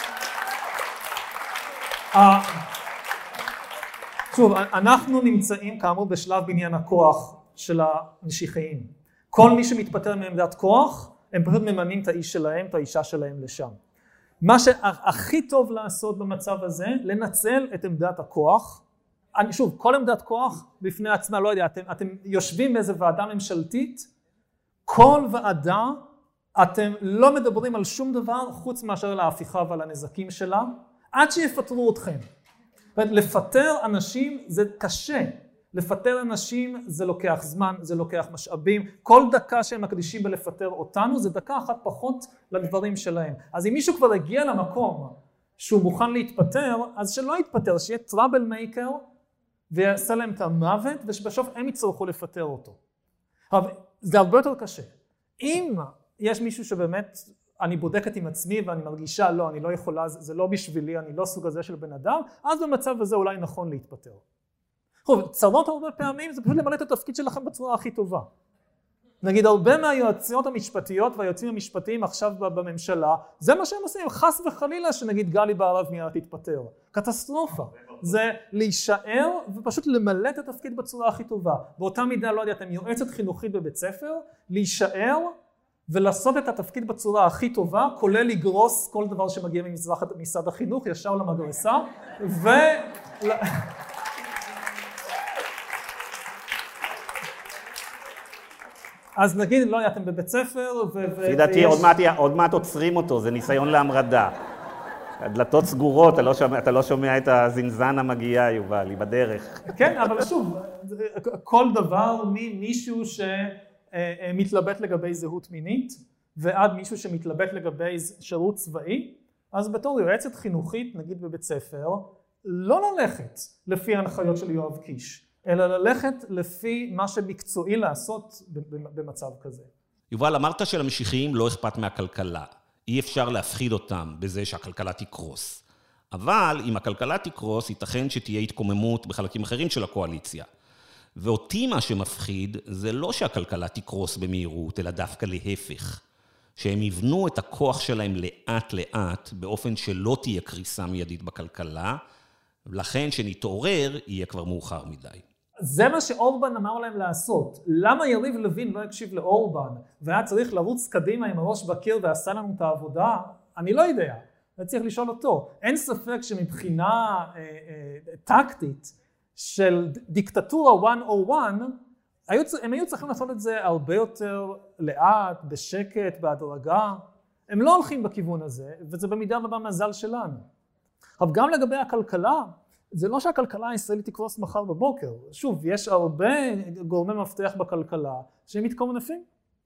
שוב, אנחנו נמצאים כאמור בשלב בניין הכוח של המשיחיים. כל מי שמתפטר מעמדת כוח, הם פשוט ממנים את האיש שלהם, את האישה שלהם לשם. מה שהכי טוב לעשות במצב הזה, לנצל את עמדת הכוח. שוב, כל עמדת כוח בפני עצמה, לא יודע, אתם יושבים באיזו ועדה ממשלתית, כל ועדה, אתם לא מדברים על שום דבר חוץ מאשר להפיכה ועל הנזקים שלה, עד שיפטרו אתכם. לפטר אנשים זה קשה. לפטר אנשים זה לוקח זמן, זה לוקח משאבים. כל דקה שהם מקדישים בלפטר אותנו, זה דקה אחת פחות לדברים שלהם. אז אם מישהו כבר הגיע למקום שהוא מוכן להתפטר, אז שלא יתפטר, שיהיה טראבל מייקר, ויעשה להם את המוות, ושבסוף הם יצטרכו לפטר אותו. אבל זה הרבה יותר קשה. אם יש מישהו שבאמת אני בודקת עם עצמי ואני מרגישה, לא, אני לא יכולה, זה לא בשבילי, אני לא סוג הזה של בן אדם, אז במצב הזה אולי נכון להתפטר. צרות הרבה פעמים זה פשוט למלא את התפקיד שלכם בצורה הכי טובה. נגיד הרבה מהיועציות המשפטיות והיועצים המשפטיים עכשיו בממשלה, זה מה שהם עושים, חס וחלילה שנגיד גלי בהרב מיד תתפטר. קטסטרופה. זה להישאר ופשוט למלא את התפקיד בצורה הכי טובה. באותה מידה, לא יודע, אתם יועצת חינוכית בבית ספר, להישאר ולעשות את התפקיד בצורה הכי טובה, כולל לגרוס כל דבר שמגיע ממשרד החינוך, ישר למגרסה, אז נגיד, לא, אתם בבית ספר, לדעתי, עוד מעט עוצרים אותו, זה ניסיון להמרדה. הדלתות סגורות, אתה לא שומע את הזנזן המגיע, יובל, היא בדרך. כן, אבל שוב, כל דבר ממישהו שמתלבט לגבי זהות מינית, ועד מישהו שמתלבט לגבי שירות צבאי, אז בתור יועצת חינוכית, נגיד בבית ספר, לא ללכת לפי ההנחיות של יואב קיש, אלא ללכת לפי מה שמקצועי לעשות במצב כזה. יובל, אמרת שלמשיחיים לא אכפת מהכלכלה. אי אפשר להפחיד אותם בזה שהכלכלה תקרוס. אבל אם הכלכלה תקרוס, ייתכן שתהיה התקוממות בחלקים אחרים של הקואליציה. ואותי מה שמפחיד זה לא שהכלכלה תקרוס במהירות, אלא דווקא להפך. שהם יבנו את הכוח שלהם לאט לאט, באופן שלא תהיה קריסה מיידית בכלכלה, ולכן שנתעורר יהיה כבר מאוחר מדי. זה מה שאורבן אמר להם לעשות. למה יריב לוין לא הקשיב לאורבן, והיה צריך לרוץ קדימה עם הראש בקיר ועשה לנו את העבודה? אני לא יודע. אני צריך לשאול אותו. אין ספק שמבחינה טקטית של דיקטטורה 101, הם היו צריכים לעשות את זה הרבה יותר לאט, בשקט, בהדרגה. הם לא הולכים בכיוון הזה, וזה במידה רבה מזל שלנו. אבל גם לגבי הכלכלה, זה לא שהכלכלה הישראלית תקרוס מחר בבוקר. שוב, יש הרבה גורמי מפתח בכלכלה שהם מתקומנפים,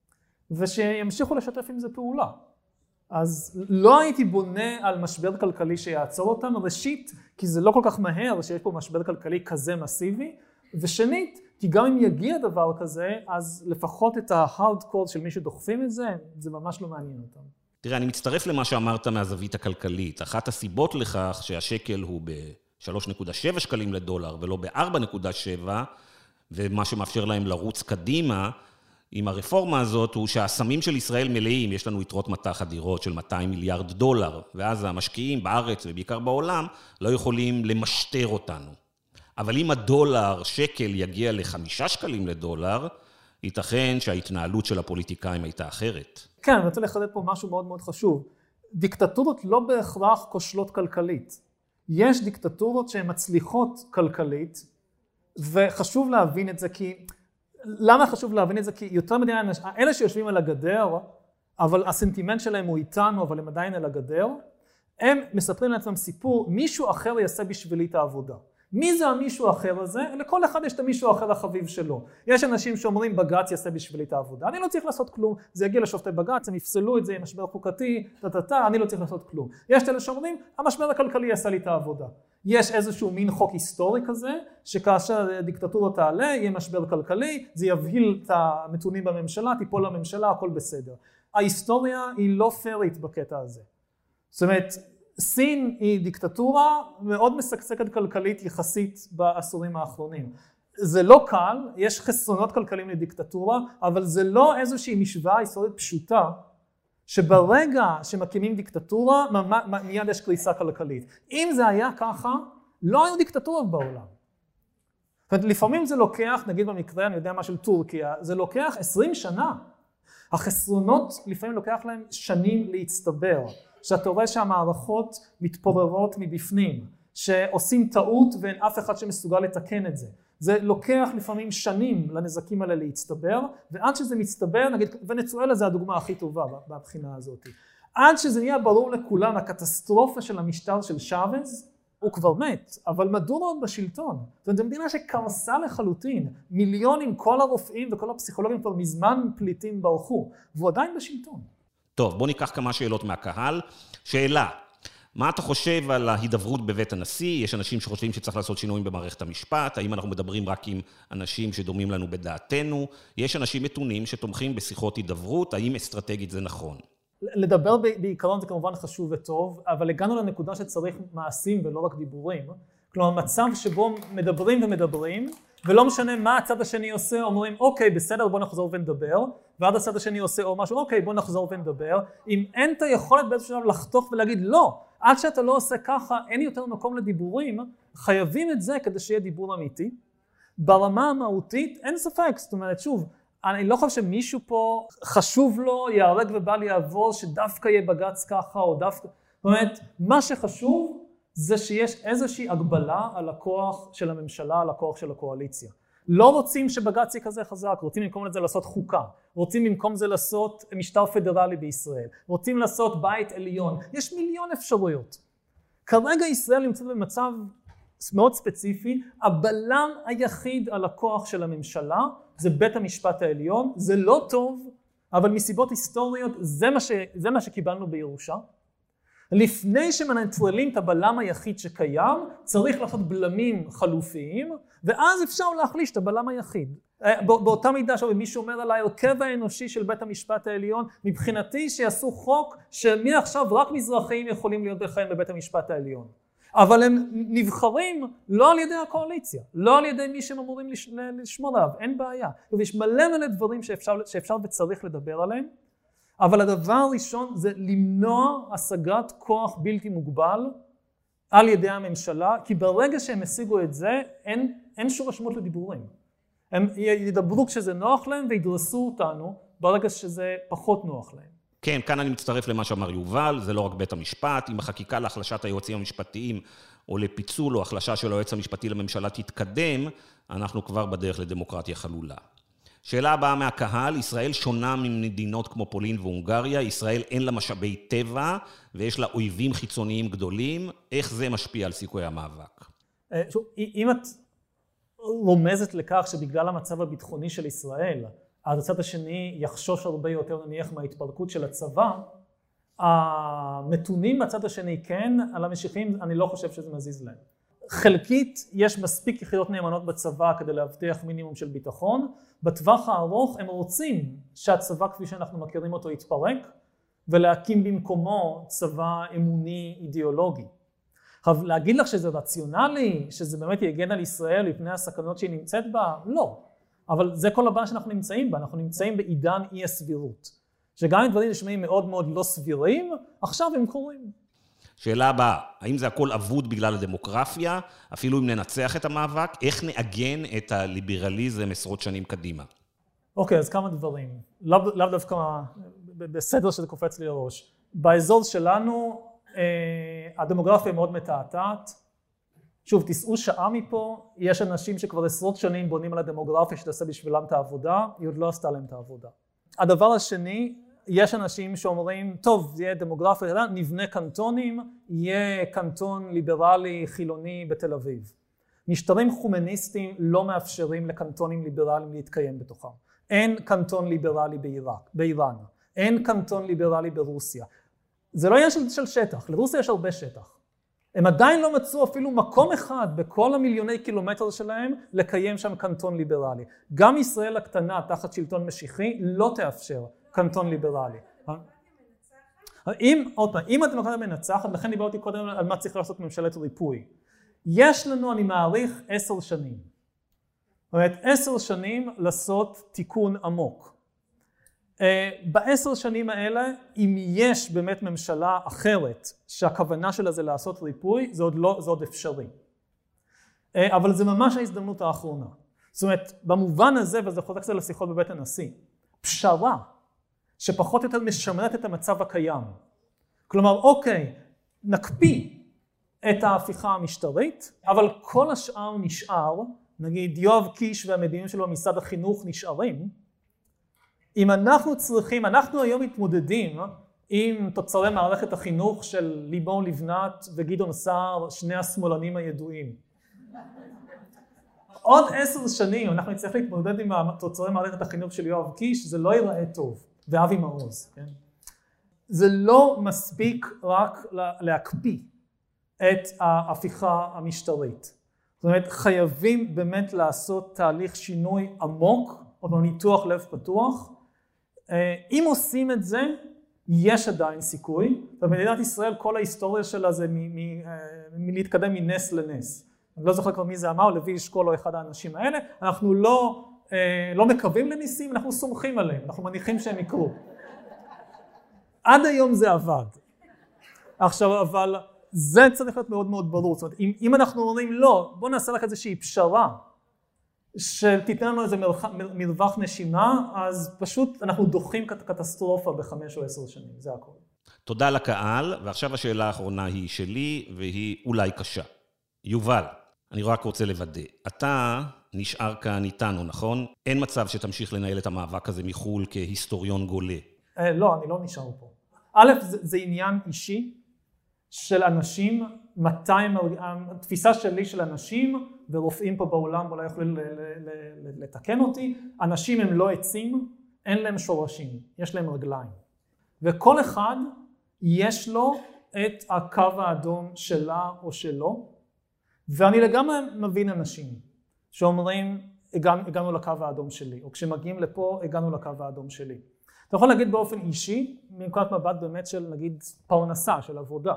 ושימשיכו לשתף עם זה פעולה. אז לא הייתי בונה על משבר כלכלי שיעצור אותם, ראשית, כי זה לא כל כך מהר שיש פה משבר כלכלי כזה מסיבי, ושנית, כי גם אם יגיע דבר כזה, אז לפחות את ההארדקור של מי שדוחפים את זה, זה ממש לא מעניין אותם. תראה, אני מצטרף למה שאמרת מהזווית הכלכלית. אחת הסיבות לכך שהשקל הוא ב-3.7 שקלים לדולר ולא ב-4.7, ומה שמאפשר להם לרוץ קדימה עם הרפורמה הזאת, הוא שהסמים של ישראל מלאים, יש לנו יתרות מטח אדירות של 200 מיליארד דולר, ואז המשקיעים בארץ ובעיקר בעולם לא יכולים למשטר אותנו. אבל אם הדולר, שקל, יגיע ל5 שקלים לדולר, ייתכן שההתנהלות של הפוליטיקאים הייתה אחרת. כן, אני רוצה לחדד פה משהו מאוד מאוד חשוב. דיקטטורות לא בהכרח כושלות כלכלית. יש דיקטטורות שהן מצליחות כלכלית, וחשוב להבין את זה כי... למה חשוב להבין את זה? כי יותר מדי אלה שיושבים על הגדר, אבל הסנטימנט שלהם הוא איתנו, אבל הם עדיין על הגדר, הם מספרים לעצמם סיפור, מישהו אחר יעשה בשבילי את העבודה. מי זה המישהו האחר הזה? לכל אחד יש את המישהו האחר החביב שלו. יש אנשים שאומרים, בג"ץ יעשה בשבילי את העבודה. אני לא צריך לעשות כלום. זה יגיע לשופטי בג"ץ, הם יפסלו את זה עם משבר חוקתי, אני לא צריך לעשות כלום. יש אלה שאומרים, המשבר הכלכלי יעשה לי את העבודה. יש איזשהו מין חוק היסטורי כזה, שכאשר דיקטטורה תעלה, יהיה משבר כלכלי, זה יבהיל את המתונים בממשלה, תיפול לממשלה, הכל בסדר. ההיסטוריה היא לא פיירית בקטע הזה. זאת אומרת, סין היא דיקטטורה מאוד משגשגת כלכלית יחסית בעשורים האחרונים. זה לא קל, יש חסרונות כלכליים לדיקטטורה, אבל זה לא איזושהי משוואה היסטורית פשוטה, שברגע שמקימים דיקטטורה, מיד יש קריסה כלכלית. אם זה היה ככה, לא היו דיקטטורות בעולם. לפעמים זה לוקח, נגיד במקרה, אני יודע מה של טורקיה, זה לוקח 20 שנה. החסרונות לפעמים לוקח להם שנים להצטבר. שאתה רואה שהמערכות מתפוררות מבפנים, שעושים טעות ואין אף אחד שמסוגל לתקן את זה. זה לוקח לפעמים שנים לנזקים האלה להצטבר, ועד שזה מצטבר, נגיד, ונצואלה זה הדוגמה הכי טובה בבחינה הזאת. עד שזה נהיה ברור לכולם, הקטסטרופה של המשטר של שוויץ, הוא כבר מת, אבל מדורו עוד בשלטון. זאת מדינה שקרסה לחלוטין, מיליונים, כל הרופאים וכל הפסיכולוגים כבר מזמן פליטים ברחו, והוא עדיין בשלטון. טוב, בוא ניקח כמה שאלות מהקהל. שאלה, מה אתה חושב על ההידברות בבית הנשיא? יש אנשים שחושבים שצריך לעשות שינויים במערכת המשפט, האם אנחנו מדברים רק עם אנשים שדומים לנו בדעתנו? יש אנשים מתונים שתומכים בשיחות הידברות, האם אסטרטגית זה נכון? לדבר בעיקרון זה כמובן חשוב וטוב, אבל הגענו לנקודה שצריך מעשים ולא רק דיבורים. כלומר, מצב שבו מדברים ומדברים, ולא משנה מה הצד השני עושה, אומרים, אוקיי, בסדר, בוא נחזור ונדבר, ועד הצד השני עושה או משהו, אוקיי, בוא נחזור ונדבר. אם אין את היכולת באיזשהו שלב לחתוך ולהגיד, לא, עד שאתה לא עושה ככה, אין יותר מקום לדיבורים, חייבים את זה כדי שיהיה דיבור אמיתי. ברמה המהותית, אין ספק, זאת אומרת, שוב, אני לא חושב שמישהו פה חשוב לו, יהרג ובל יעבור, שדווקא יהיה בג"ץ ככה או דווקא... זאת אומרת, מה שחשוב זה שיש איזושהי הגבלה על הכוח של הממשלה, על הכוח של הקואליציה. לא רוצים שבג"ץ יהיה כזה חזק, רוצים במקום לזה לעשות חוקה, רוצים במקום זה לעשות משטר פדרלי בישראל, רוצים לעשות בית עליון, יש מיליון אפשרויות. כרגע ישראל נמצאת במצב מאוד ספציפי, הבלם היחיד על הכוח של הממשלה זה בית המשפט העליון, זה לא טוב, אבל מסיבות היסטוריות זה מה שקיבלנו בירושה. לפני שמנטרלים את הבלם היחיד שקיים, צריך לעשות בלמים חלופיים, ואז אפשר להחליש את הבלם היחיד. באותה מידה שמישהו אומר על ההרכב האנושי של בית המשפט העליון, מבחינתי שיעשו חוק שמעכשיו רק מזרחיים יכולים להיות בכהן בבית המשפט העליון. אבל הם נבחרים לא על ידי הקואליציה, לא על ידי מי שהם אמורים לשמור עליו, אין בעיה. יש מלא דברים שאפשר וצריך לדבר עליהם, אבל הדבר הראשון זה למנוע השגת כוח בלתי מוגבל על ידי הממשלה, כי ברגע שהם השיגו את זה, אין שום משמעות לדיבורים. הם ידברו כשזה נוח להם וידרסו אותנו ברגע שזה פחות נוח להם. כן, כאן אני מצטרף למה שאמר יובל, זה לא רק בית המשפט, אם החקיקה להחלשת היועצים המשפטיים או לפיצול או החלשה של היועץ המשפטי לממשלה תתקדם, אנחנו כבר בדרך לדמוקרטיה חלולה. שאלה הבאה מהקהל, ישראל שונה ממדינות כמו פולין והונגריה, ישראל אין לה משאבי טבע ויש לה אויבים חיצוניים גדולים, איך זה משפיע על סיכוי המאבק? אם את רומזת לכך שבגלל המצב הביטחוני של ישראל, אז הצד השני יחשוש הרבה יותר נניח מההתפרקות של הצבא, המתונים מהצד השני כן, על המשיחים אני לא חושב שזה מזיז להם. חלקית יש מספיק יחידות נאמנות בצבא כדי להבטיח מינימום של ביטחון, בטווח הארוך הם רוצים שהצבא כפי שאנחנו מכירים אותו יתפרק, ולהקים במקומו צבא אמוני אידיאולוגי. עכשיו להגיד לך שזה רציונלי, שזה באמת יגן על ישראל לפני הסכנות שהיא נמצאת בה? לא. אבל זה כל הבעיה שאנחנו נמצאים בה, אנחנו נמצאים בעידן אי הסבירות. שגם אם דברים נשמעים מאוד מאוד לא סבירים, עכשיו הם קורים. שאלה הבאה, האם זה הכל אבוד בגלל הדמוגרפיה, אפילו אם ננצח את המאבק, איך נעגן את הליברליזם עשרות שנים קדימה? אוקיי, אז כמה דברים. לאו דווקא בסדר שזה קופץ לי לראש. באזור שלנו, הדמוגרפיה מאוד מתעתעת. שוב, תיסעו שעה מפה, יש אנשים שכבר עשרות שנים בונים על הדמוגרפיה שתעשה בשבילם את העבודה, היא עוד לא עשתה להם את העבודה. הדבר השני, יש אנשים שאומרים, טוב, זה יהיה דמוגרפיה, נבנה קנטונים, יהיה קנטון ליברלי חילוני בתל אביב. משטרים חומניסטיים לא מאפשרים לקנטונים ליברליים להתקיים בתוכם. אין קנטון ליברלי באיראן, אין קנטון ליברלי ברוסיה. זה לא עניין של שטח, לרוסיה יש הרבה שטח. הם עדיין לא מצאו אפילו מקום אחד בכל המיליוני קילומטר שלהם לקיים שם קנטון ליברלי. גם ישראל הקטנה תחת שלטון משיחי לא תאפשר קנטון ליברלי. אם הדמוקרטיה מנצחת, לכן דיברתי קודם על מה צריך לעשות ממשלת ריפוי. יש לנו, אני מעריך, 10 שנים. זאת אומרת, 10 שנים לעשות תיקון עמוק. ב10 שנים האלה, אם יש באמת ממשלה אחרת שהכוונה שלה זה לעשות ריפוי, זה עוד אפשרי. אבל זה ממש ההזדמנות האחרונה. זאת אומרת, במובן הזה, וזה חוזר קצת לשיחות בבית הנשיא, פשרה שפחות או יותר משמרת את המצב הקיים. כלומר, אוקיי, נקפיא את ההפיכה המשטרית, אבל כל השאר נשאר, נגיד יואב קיש והמדיניות שלו במשרד החינוך נשארים, אם אנחנו היום מתמודדים עם תוצרי מערכת החינוך של לימור לבנת וגדעון סער, שני השמאלנים הידועים. עוד 10 שנים אנחנו נצטרך להתמודד עם תוצרי מערכת החינוך של יואב קיש, זה לא ייראה טוב, ואבי מעוז. כן? זה לא מספיק רק להקפיא את ההפיכה המשטרית. זאת אומרת, חייבים באמת לעשות תהליך שינוי עמוק, או ניתוח לב פתוח. אם עושים את זה, יש עדיין סיכוי. במדינת ישראל כל ההיסטוריה שלה זה מלהתקדם מנס לנס. אני לא זוכר כבר מי זה אמר, לוי אשכול או אחד האנשים האלה. אנחנו לא מקווים לניסים, אנחנו סומכים עליהם, אנחנו מניחים שהם יקרו. עד היום זה עבד. עכשיו, אבל זה צריך להיות מאוד מאוד ברור. זאת אומרת, אם אנחנו אומרים לא, בוא נעשה לך איזושהי פשרה, שתיתן לנו איזה מרווח נשימה, אז פשוט אנחנו דוחים קטסטרופה ב5 או 10 שנים, זה הכל. תודה לקהל, ועכשיו השאלה האחרונה היא שלי, והיא אולי קשה. יובל, אני רק רוצה לוודא, אתה נשאר כאן איתנו, נכון? אין מצב שתמשיך לנהל את המאבק הזה מחול כהיסטוריון גולה. לא, אני לא נשאר פה. א', זה עניין אישי של אנשים, התפיסה שלי של אנשים, ורופאים פה בעולם אולי יכולים לתקן אותי, אנשים הם לא עצים, אין להם שורשים, יש להם רגליים. וכל אחד יש לו את הקו האדום שלה או שלו, ואני לגמרי מבין אנשים שאומרים, הגענו לקו האדום שלי, או כשמגיעים לפה, הגענו לקו האדום שלי. אתה יכול להגיד באופן אישי, מנקודת מבט באמת של נגיד פרנסה, של עבודה.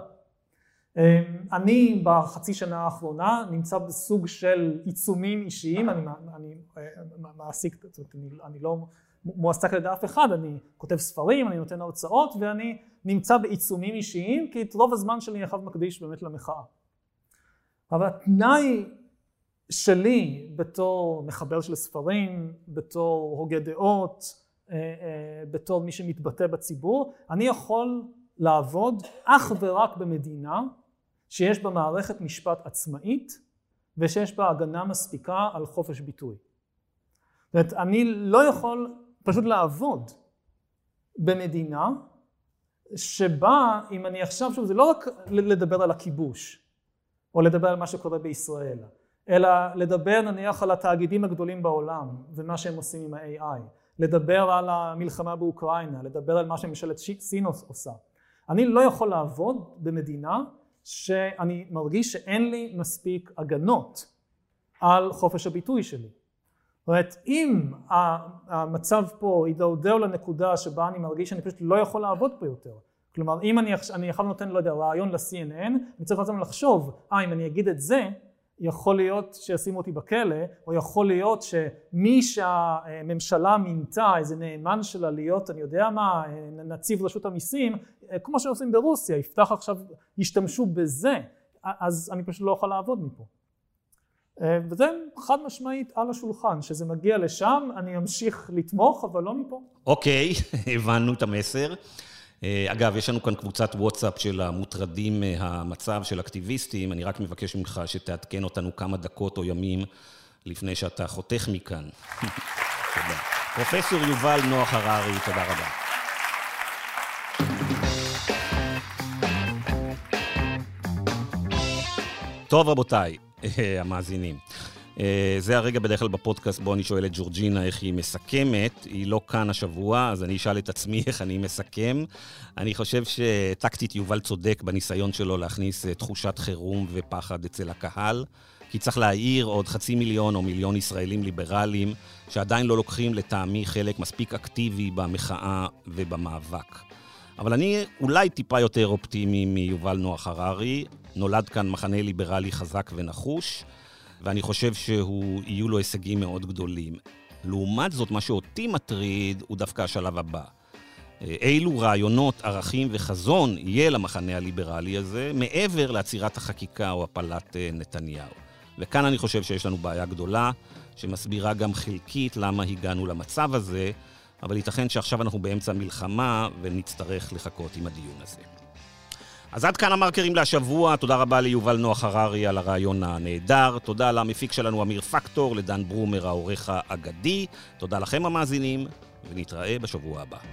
אני בחצי שנה האחרונה נמצא בסוג של עיצומים אישיים, אני מעסיק, אני לא מועסק לידי אף אחד, אני כותב ספרים, אני נותן הרצאות, ואני נמצא בעיצומים אישיים, כי את רוב הזמן שלי אני חייב מקדיש באמת למחאה. אבל התנאי שלי בתור מחבר של ספרים, בתור הוגה דעות, בתור מי שמתבטא בציבור, אני יכול לעבוד אך ורק במדינה שיש בה מערכת משפט עצמאית ושיש בה הגנה מספיקה על חופש ביטוי. זאת אומרת, אני לא יכול פשוט לעבוד במדינה שבה, אם אני עכשיו, שוב, זה לא רק לדבר על הכיבוש, או לדבר על מה שקורה בישראל, אלא לדבר נניח על התאגידים הגדולים בעולם ומה שהם עושים עם ה-AI, לדבר על המלחמה באוקראינה, לדבר על מה שממשלת סין עושה. אני לא יכול לעבוד במדינה שאני מרגיש שאין לי מספיק הגנות על חופש הביטוי שלי. זאת אומרת, אם המצב פה ידרדר לנקודה שבה אני מרגיש שאני פשוט לא יכול לעבוד פה יותר, כלומר, אם אני יכול נותן, לא יודע, רעיון ל-CNN, אני צריך לעצמם לחשוב, אם אני אגיד את זה, יכול להיות שישימו אותי בכלא, או יכול להיות שמי שהממשלה מינתה, איזה נאמן שלה להיות, אני יודע מה, נציב רשות המיסים, כמו שעושים ברוסיה, יפתח עכשיו, ישתמשו בזה, אז אני פשוט לא יכול לעבוד מפה. וזה חד משמעית על השולחן, שזה מגיע לשם, אני אמשיך לתמוך, אבל לא מפה. אוקיי, הבנו את המסר. אגב, יש לנו כאן קבוצת וואטסאפ של המוטרדים מהמצב של אקטיביסטים, אני רק מבקש ממך שתעדכן אותנו כמה דקות או ימים לפני שאתה חותך מכאן. תודה. פרופסור יובל נוח הררי, תודה רבה. טוב רבותיי, המאזינים. זה הרגע בדרך כלל בפודקאסט בו אני שואל את ג'ורג'ינה איך היא מסכמת, היא לא כאן השבוע, אז אני אשאל את עצמי איך אני מסכם. אני חושב שטקטית יובל צודק בניסיון שלו להכניס תחושת חירום ופחד אצל הקהל, כי צריך להעיר עוד 500,000 או מיליון ישראלים ליברליים, שעדיין לא לוקחים לטעמי חלק מספיק אקטיבי במחאה ובמאבק. אבל אני אולי טיפה יותר אופטימי מיובל נוח הררי, נולד כאן מחנה ליברלי חזק ונחוש, ואני חושב שיהיו לו הישגים מאוד גדולים. לעומת זאת, מה שאותי מטריד הוא דווקא השלב הבא. אילו רעיונות, ערכים וחזון יהיה למחנה הליברלי הזה, מעבר לעצירת החקיקה או הפלת נתניהו. וכאן אני חושב שיש לנו בעיה גדולה, שמסבירה גם חלקית למה הגענו למצב הזה, אבל ייתכן שעכשיו אנחנו באמצע מלחמה ונצטרך לחכות עם הדיון הזה. אז עד כאן המרקרים להשבוע, תודה רבה ליובל נוח הררי על הרעיון הנהדר, תודה למפיק שלנו אמיר פקטור, לדן ברומר העורך האגדי, תודה לכם המאזינים, ונתראה בשבוע הבא.